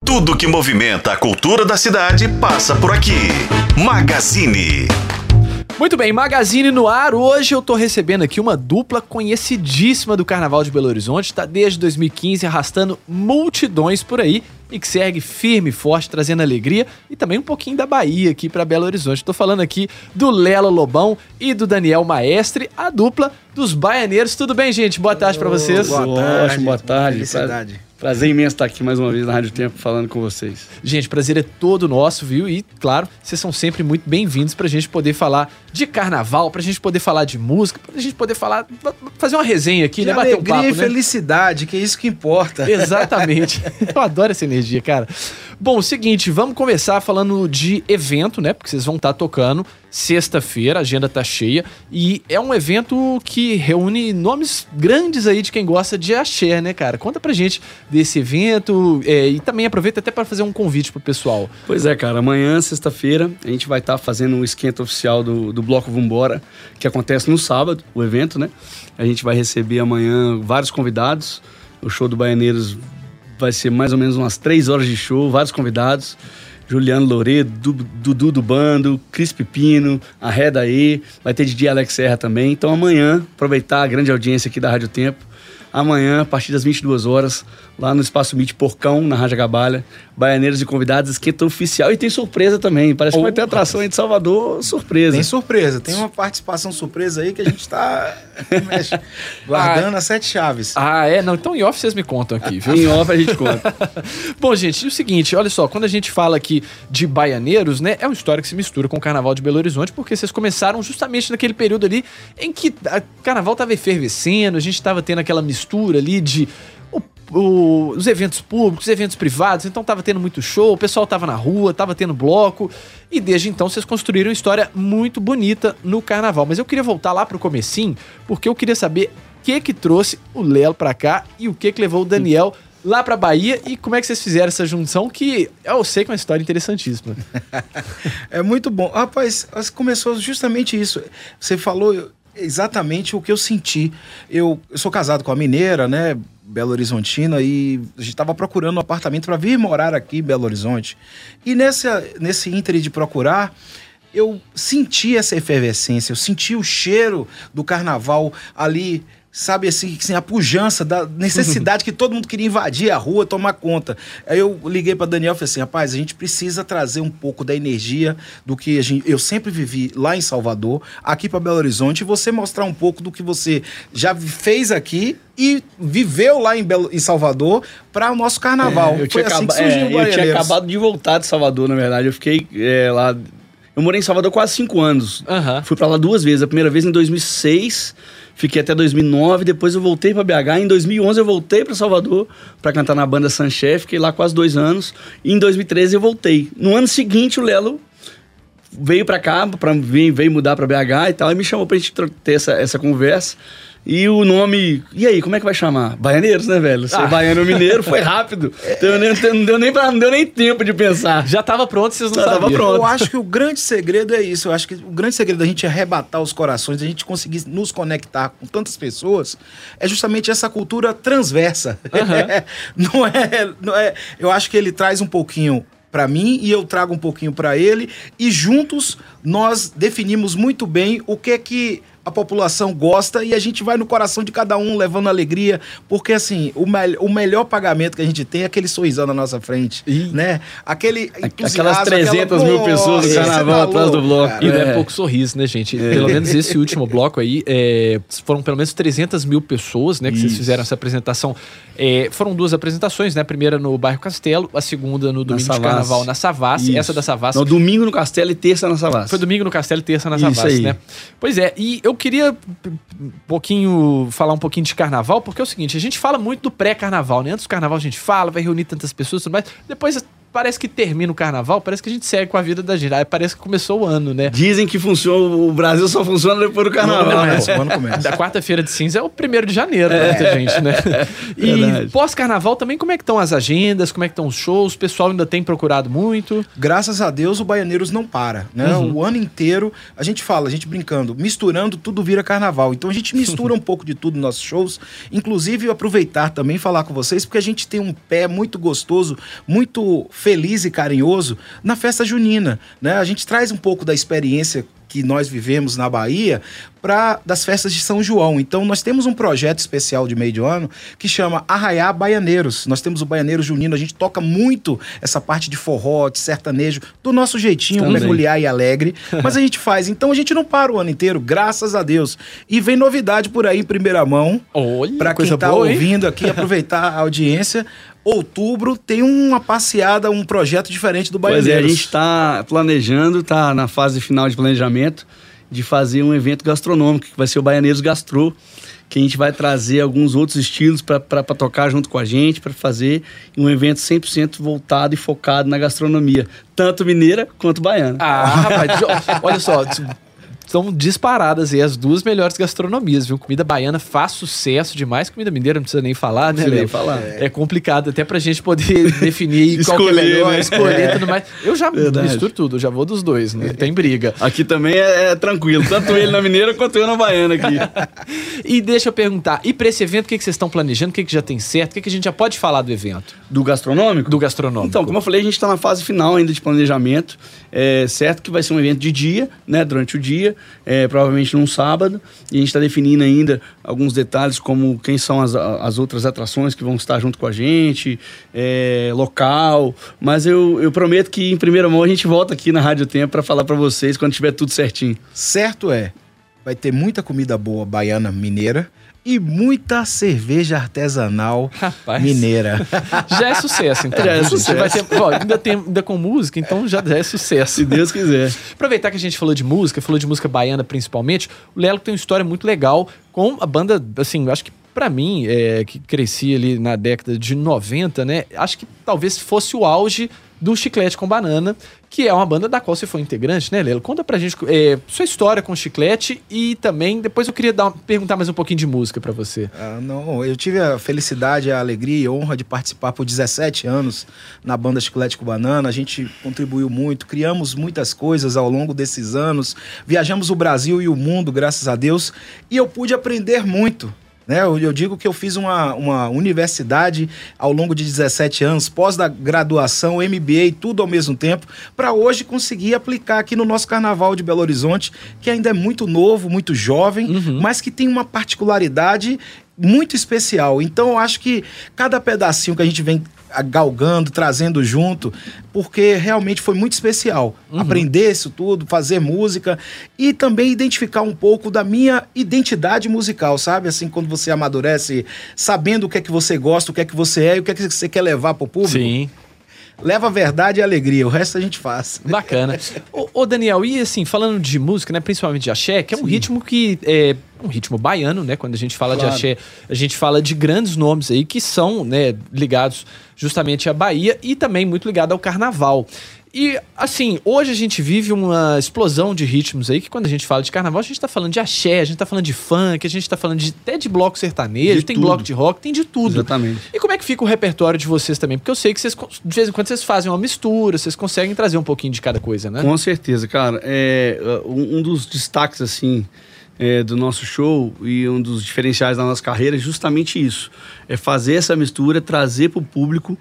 Tudo que movimenta a cultura da cidade passa por aqui. Magazine. Muito bem, Magazine no ar. Hoje eu tô recebendo aqui uma dupla conhecidíssima do Carnaval de Belo Horizonte. Tá desde 2015 arrastando multidões por aí e que segue firme e forte, trazendo alegria e também um pouquinho da Bahia aqui pra Belo Horizonte. Tô falando aqui do Lelo Lobão e do Daniel Maestre, a dupla dos Baianeiros. Tudo bem, gente? Boa tarde pra vocês. Boa tarde. Boa tarde. Felicidade. Prazer imenso estar aqui mais uma vez na Rádio Tempo falando com vocês. Gente, prazer é todo nosso, viu? E, claro, vocês são sempre muito bem-vindos pra gente poder falar de carnaval, pra gente poder falar de música, pra gente poder falar, fazer uma resenha aqui, né? Bater um papo, alegria e né? felicidade, que é isso que importa. Exatamente. Eu adoro essa energia, cara. Bom, o seguinte, vamos começar falando de evento, né? Porque vocês vão estar tocando sexta-feira, a agenda tá cheia. E é um evento que reúne nomes grandes aí de quem gosta de axé, né, cara? Conta pra gente desse evento e também aproveita até para fazer um convite pro pessoal. Pois é, cara. Amanhã, sexta-feira, a gente vai estar fazendo um esquenta oficial do Bloco Vambora, que acontece no sábado, o evento, né? A gente vai receber amanhã vários convidados. O show do Baianeiros vai ser mais ou menos umas 3 horas de show, vários convidados. Juliano Louredo, Dudu do Bando, Cris Pepino, a Reda E, vai ter DJ Alex Serra também. Então amanhã, aproveitar a grande audiência aqui da Rádio Tempo, amanhã, a partir das 22 horas, lá no Espaço Meet Porcão, na Raja Gabalha, Baianeiros e convidados, esquenta oficial. E tem surpresa também, parece que vai ter atração aí de Salvador, surpresa. Tem surpresa, tem uma participação surpresa aí que a gente tá guardando as 7 chaves. Ah, é? Não, então em off vocês me contam aqui, viu? Em off a gente conta. Bom, gente, e o seguinte, olha só, quando a gente fala aqui de Baianeiros, né, é uma história que se mistura com o Carnaval de Belo Horizonte, porque vocês começaram justamente naquele período ali em que o Carnaval tava efervescendo, a gente tava tendo aquela mistura ali de os eventos públicos, os eventos privados, então tava tendo muito show, o pessoal tava na rua, tava tendo bloco, e desde então vocês construíram uma história muito bonita no Carnaval. Mas eu queria voltar lá pro comecinho, porque eu queria saber o que trouxe o Lelo pra cá e o que levou o Daniel lá pra Bahia e como é que vocês fizeram essa junção, que eu sei que é uma história interessantíssima. É muito bom. Rapaz, começou justamente isso. Você falou exatamente o que eu senti. Eu sou casado com a mineira, né, Belo Horizontina, e a gente estava procurando um apartamento para vir morar aqui em Belo Horizonte. E nesse ínterim de procurar, eu senti essa efervescência, eu senti o cheiro do carnaval ali, sabe, assim, a pujança da necessidade que todo mundo queria invadir a rua, tomar conta. Aí eu liguei para Daniel e falei assim, rapaz, a gente precisa trazer um pouco da energia do que eu sempre vivi lá em Salvador, aqui para Belo Horizonte, e você mostrar um pouco do que você já fez aqui e viveu lá em Salvador para o nosso carnaval. Foi assim que surgiu o Baianeiros. Eu tinha acabado de voltar de Salvador, na verdade. Eu fiquei lá... Eu morei em Salvador quase 5 anos. Uhum. Fui para lá 2 vezes. A primeira vez em 2006... Fiquei até 2009, depois eu voltei para BH. Em 2011 eu voltei para Salvador para cantar na banda Sanché, fiquei lá quase 2 anos. E em 2013 eu voltei. No ano seguinte o Lelo veio para cá, veio mudar para BH e tal, e me chamou pra gente ter essa conversa. E o nome... E aí, como é que vai chamar? Baianeiros, né, velho? Ser baiano ou mineiro foi rápido. Não deu nem tempo de pensar. Já tava pronto, vocês não sabiam. Tava pronto. Eu acho que o grande segredo é isso. Eu acho que o grande segredo da gente arrebatar os corações, da gente conseguir nos conectar com tantas pessoas, é justamente essa cultura transversa. Uhum. Não é... Eu acho que ele traz um pouquinho para mim e eu trago um pouquinho para ele, e juntos nós definimos muito bem o que é que a população gosta, e a gente vai no coração de cada um levando alegria, porque assim, o melhor pagamento que a gente tem é aquele sorrisão na nossa frente, né? Aquele entusiasmo, aquelas 300 mil pessoas no carnaval atrás do bloco. Cara, e não é pouco sorriso, né, gente? Pelo menos esse último bloco aí, foram pelo menos 300 mil pessoas, né, que vocês fizeram essa apresentação. Foram 2 apresentações, né? A primeira no Bairro Castelo, a segunda no Domingo de Carnaval na Savassi. Essa da Savassi. No domingo no Castelo e terça na Savassi. Foi domingo no Castelo e terça na Savassi, né? Pois é, e eu queria falar um pouquinho de carnaval, porque é o seguinte, a gente fala muito do pré-carnaval, né? Antes do carnaval a gente fala, vai reunir tantas pessoas e tudo mais. Depois parece que termina o carnaval, parece que a gente segue com a vida da gente. Aí parece que começou o ano, né? Dizem que funciona, o Brasil só funciona depois do carnaval. O ano começa. Da quarta-feira de cinza é o 1º de janeiro pra muita gente, né? E Verdade. pós-carnaval também, como é que estão as agendas, como é que estão os shows? O pessoal ainda tem procurado muito? Graças a Deus o Baianeiros não para, né? O ano inteiro, a gente brincando, misturando tudo vira carnaval. Então a gente mistura um pouco de tudo nos nossos shows, inclusive aproveitar também e falar com vocês, porque a gente tem um pé muito gostoso, muito feliz e carinhoso na festa junina, né? A gente traz um pouco da experiência que nós vivemos na Bahia das festas de São João. Então nós temos um projeto especial de meio de ano que chama Arraiá Baianeiros. Nós temos o Baianeiro Junino, a gente toca muito essa parte de forró, de sertanejo, do nosso jeitinho peculiar e alegre, mas a gente faz. Então a gente não para o ano inteiro, graças a Deus. E vem novidade por aí em primeira mão. Olha, para quem coisa tá boa, hein? ouvindo aqui, aproveitar a audiência. Outubro tem uma passeada, um projeto diferente do Pois é, Baianeiros. a gente está planejando, está na fase final de planejamento, de fazer um evento gastronômico, que vai ser o Baianeiros Gastrô, que a gente vai trazer alguns outros estilos para tocar junto com a gente, para fazer um evento 100% voltado e focado na gastronomia, tanto mineira quanto baiana. Ah, rapaz, olha só, são disparadas aí as duas melhores gastronomias, viu? Comida baiana faz sucesso demais, comida mineira não precisa nem falar, né, Não precisa nem Léo? falar. É complicado até pra gente poder definir qual que é Escolher, melhor, né? escolher e tudo mais. Eu já Verdade. misturo tudo, eu já vou dos dois, não tem briga. Aqui também é tranquilo, tanto ele na mineira quanto eu na baiana aqui. E deixa eu perguntar, e pra esse evento, o que vocês estão planejando? O que já tem certo? O que a gente já pode falar do evento? Do gastronômico? Do gastronômico. Então, como eu falei, a gente está na fase final ainda de planejamento. É certo que vai ser um evento de dia, né? Durante o dia, provavelmente num sábado. E a gente está definindo ainda alguns detalhes, como quem são as outras atrações que vão estar junto com a gente, local. Mas eu prometo que em primeira mão a gente volta aqui na Rádio Tempo para falar para vocês quando tiver tudo certinho. Certo vai ter muita comida boa baiana mineira e muita cerveja artesanal mineira. Já é sucesso, então. Já é Gente, sucesso. vai ter, ainda com música, então já é sucesso. Se Deus quiser. Aproveitar que a gente falou de música baiana principalmente, o Lelo tem uma história muito legal com a banda, assim, acho que pra mim, que cresci ali na década de 90, né, acho que talvez fosse o auge do Chiclete com Banana, que é uma banda da qual você foi integrante, né, Lelo? Conta pra gente sua história com o Chiclete e também, depois eu queria perguntar mais um pouquinho de música pra você. Não, eu tive a felicidade, a alegria e a honra de participar por 17 anos na banda Chiclete com Banana. A gente contribuiu muito, criamos muitas coisas ao longo desses anos, viajamos o Brasil e o mundo, graças a Deus, e eu pude aprender muito. Eu digo que eu fiz uma universidade ao longo de 17 anos, pós-graduação, MBA, tudo ao mesmo tempo, para hoje conseguir aplicar aqui no nosso Carnaval de Belo Horizonte, que ainda é muito novo, muito jovem, mas que tem uma particularidade muito especial. Então eu acho que cada pedacinho que a gente vem galgando, trazendo junto, porque realmente foi muito especial. Aprender isso tudo, fazer música e também identificar um pouco da minha identidade musical, sabe? Assim, quando você amadurece sabendo o que é que você gosta, o que é que você é e o que é que você quer levar pro público. Sim. Leva a verdade e a alegria, o resto a gente faz. Bacana. Ô Daniel, e assim, falando de música, né, principalmente de axé, que é um ritmo que é um ritmo baiano, né? Quando a gente fala de axé, a gente fala de grandes nomes aí que são, né, ligados justamente à Bahia e também muito ligado ao carnaval. E, assim, hoje a gente vive uma explosão de ritmos aí, que quando a gente fala de carnaval, a gente tá falando de axé, a gente tá falando de funk, a gente tá falando até de bloco sertanejo, tem bloco de rock, tem de tudo. Exatamente. E como é que fica o repertório de vocês também? Porque eu sei que vocês, de vez em quando, vocês fazem uma mistura, vocês conseguem trazer um pouquinho de cada coisa, né? Com certeza, cara. Um dos destaques, assim, do nosso show e um dos diferenciais da nossa carreira é justamente isso. É fazer essa mistura, trazer para o público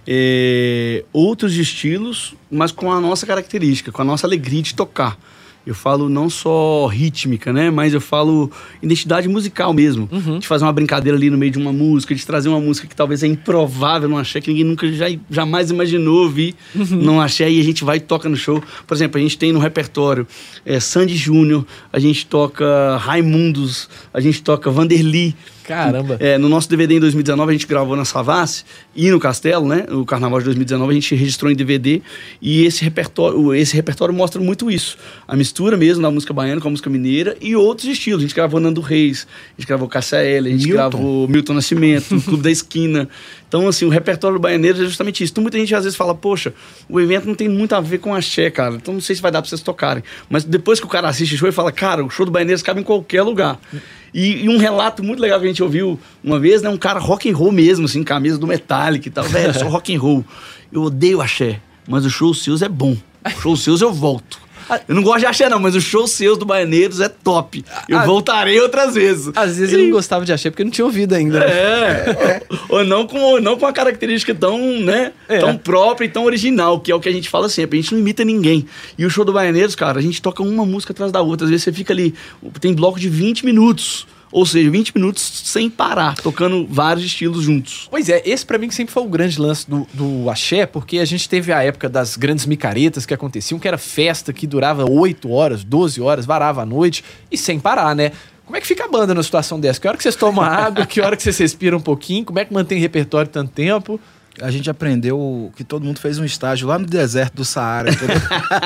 outros estilos, mas com a nossa característica, com a nossa alegria de tocar. Eu falo não só rítmica, né? Mas eu falo identidade musical mesmo. De fazer uma brincadeira ali no meio de uma música, de trazer uma música que talvez é improvável, não axé, que ninguém nunca jamais imaginou ouvir não axé, e a gente vai e toca no show. Por exemplo, a gente tem no repertório Sandy Júnior, a gente toca Raimundos, a gente toca Vanderly. Caramba. No nosso DVD em 2019 a gente gravou na Savassi e no Castelo, né? O Carnaval de 2019 a gente registrou em DVD e esse repertório mostra muito isso. A mistura mesmo da música baiana com a música mineira e outros estilos. A gente gravou Nando Reis, a gente gravou Cássia Eller, a gente gravou Milton Nascimento, o Clube da Esquina. Então, assim, o repertório do Baianeiros é justamente isso. Então, muita gente às vezes fala, poxa, o evento não tem muito a ver com axé, cara. Então, não sei se vai dar pra vocês tocarem. Mas depois que o cara assiste o show, ele fala, cara, o show do Baianeiros cabe em qualquer lugar. E um relato muito legal que a gente ouviu uma vez, né? Um cara rock and roll mesmo, assim, camisa do Metallica e tal. Velho, eu sou rock and roll. Eu odeio axé, mas o show seus é bom. O show seus eu volto. Eu não gosto de axé não, mas o show seus do Baianeiros é top. Eu voltarei outras vezes. Às vezes ele não gostava de axé porque não tinha ouvido ainda. Ou não com uma característica tão, né, tão própria e tão original, que é o que a gente fala sempre. A gente não imita ninguém. E o show do Baianeiros, cara, a gente toca uma música atrás da outra. Às vezes você fica ali, tem bloco de 20 minutos. Ou seja, 20 minutos sem parar, tocando vários estilos juntos. Pois é, esse pra mim que sempre foi o grande lance do axé, porque a gente teve a época das grandes micaretas que aconteciam, que era festa que durava 8 horas, 12 horas, varava a noite e sem parar, né? Como é que fica a banda numa situação dessa? Que hora que vocês tomam água, que hora que vocês respiram um pouquinho, como é que mantém repertório tanto tempo? A gente aprendeu que todo mundo fez um estágio lá no deserto do Saara, entendeu?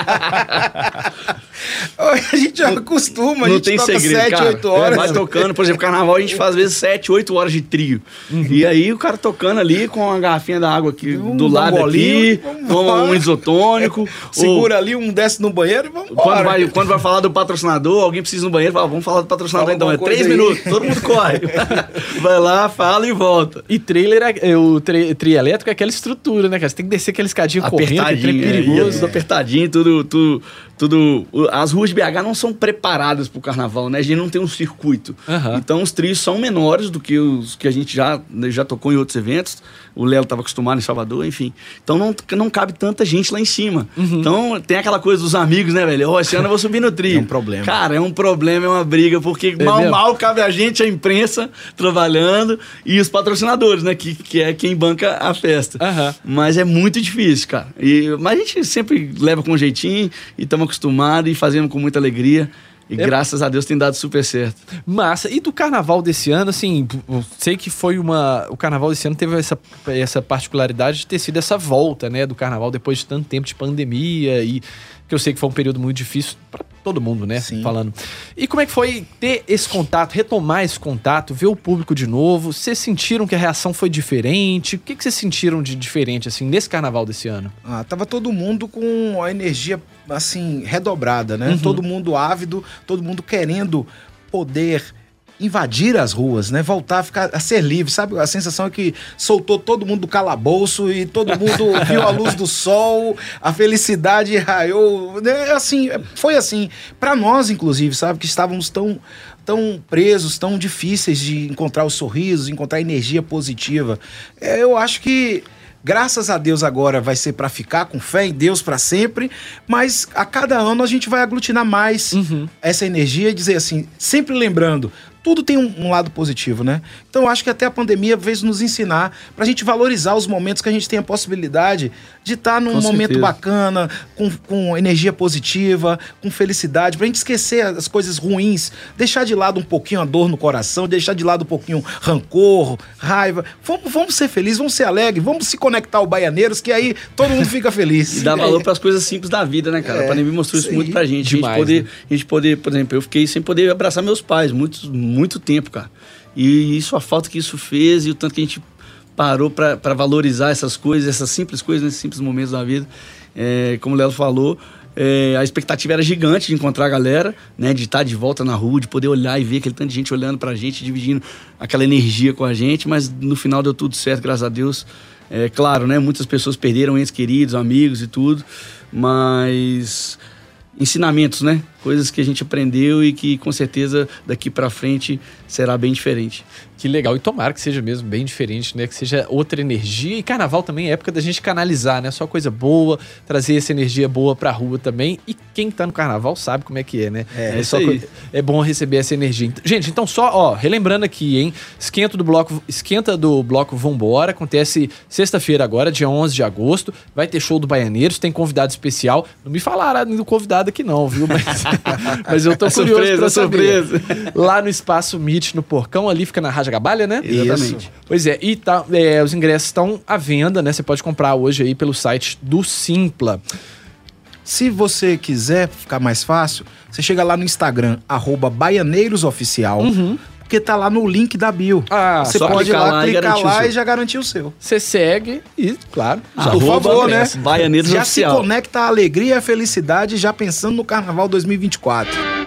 A gente já acostuma, a gente tem toca segredo, 7, 8 horas. Vai tocando, por exemplo, carnaval a gente faz às vezes 7, 8 horas de trio. E aí o cara tocando ali com a garrafinha da água aqui do lado aqui, toma um isotônico. Segura ali, desce no banheiro e vamos embora. Quando vai falar do patrocinador, alguém precisa ir no banheiro, fala, vamos falar do patrocinador então. É 3 minutos, todo mundo corre. Vai lá, fala e volta. E trailer, o trio elétrico é aquela estrutura, né, cara? Você tem que descer aquela escadinha correndo, que é perigoso. Tudo apertadinho, tudo. As ruas de BH não são preparadas pro carnaval, né? A gente não tem um circuito. Então os trios são menores do que os que a gente já tocou em outros eventos. O Léo estava acostumado em Salvador, enfim. Então não cabe tanta gente lá em cima. Então tem aquela coisa dos amigos, né, velho? Esse ano eu vou subir no trio. É um problema. Cara, é um problema, é uma briga, porque mal cabe a gente, a imprensa trabalhando e os patrocinadores, né? Que é quem banca a festa. Mas é muito difícil, cara. Mas a gente sempre leva com um jeitinho e estamos acostumados e fazendo com muita alegria. E graças a Deus tem dado super certo. Massa. E do carnaval desse ano, assim, eu sei que foi o carnaval desse ano teve essa particularidade de ter sido essa volta, né, do carnaval depois de tanto tempo de pandemia e que eu sei que foi um período muito difícil para todo mundo, né, falando. E como é que foi ter esse contato, retomar esse contato, ver o público de novo? Vocês sentiram que a reação foi diferente? O que vocês sentiram de diferente, assim, nesse carnaval desse ano? Tava todo mundo com a energia, assim, redobrada, né? Todo mundo ávido, todo mundo querendo poder invadir as ruas, né? Voltar a ser livre, sabe? A sensação é que soltou todo mundo do calabouço e todo mundo viu a luz do sol, a felicidade raiou, né? Assim, foi assim. Para nós, inclusive, sabe? Que estávamos tão presos, tão difíceis de encontrar os sorrisos, encontrar energia positiva. Eu acho que graças a Deus agora vai ser para ficar, com fé em Deus para sempre, mas a cada ano a gente vai aglutinar mais essa energia e dizer assim, sempre lembrando, tudo tem um lado positivo, né? Então eu acho que até a pandemia veio nos ensinar pra gente valorizar os momentos que a gente tem a possibilidade de estar num momento bacana, com energia positiva, com felicidade, pra gente esquecer as coisas ruins, deixar de lado um pouquinho a dor no coração, deixar de lado um pouquinho rancor, raiva. Vamos ser felizes, vamos ser alegres, vamos se conectar ao Baianeiros, que aí todo mundo fica feliz. E dar valor pras coisas simples da vida, né, cara? A pandemia mostrou isso muito pra gente. Demais, a gente poder, por exemplo, eu fiquei sem poder abraçar meus pais, muito tempo, cara. E isso, a falta que isso fez e o tanto que a gente parou pra valorizar essas coisas, essas simples coisas, nesses simples momentos da vida. Como o Léo falou, a expectativa era gigante de encontrar a galera, né? De estar de volta na rua, de poder olhar e ver aquele tanto de gente olhando pra gente, dividindo aquela energia com a gente, mas no final deu tudo certo, graças a Deus. Claro, né? Muitas pessoas perderam entes queridos, amigos e tudo, mas ensinamentos, né? Coisas que a gente aprendeu e que com certeza daqui pra frente será bem diferente. Que legal, e tomara que seja mesmo bem diferente, né? Que seja outra energia. E carnaval também é época da gente canalizar, né? Só coisa boa, trazer essa energia boa pra rua também. E quem tá no carnaval sabe como é que é, né? É bom receber essa energia. Gente, então só, relembrando aqui, hein? Esquenta do bloco Vambora. Acontece sexta-feira agora, dia 11 de agosto. Vai ter show do Baianeiros, tem convidado especial. Não me falaram do convidado aqui não, viu? Mas Mas eu tô curioso surpresa, pra saber. surpresa. Lá no Espaço Meet, no Porcão, ali fica na Rajagabalha, né? Exatamente. Pois é, e os ingressos estão à venda, né? Você pode comprar hoje aí pelo site do Simpla. Se você quiser ficar mais fácil, você chega lá no Instagram, @baianeirosoficial, porque tá lá no link da bio. Ah, você só pode ir clicar lá, lá e clicar garantir o lá seu. e já garantir o seu. Você segue e, claro, já Por favor, né? Baianeiros Já Oficial. se conecta a alegria e a felicidade já pensando no Carnaval 2024.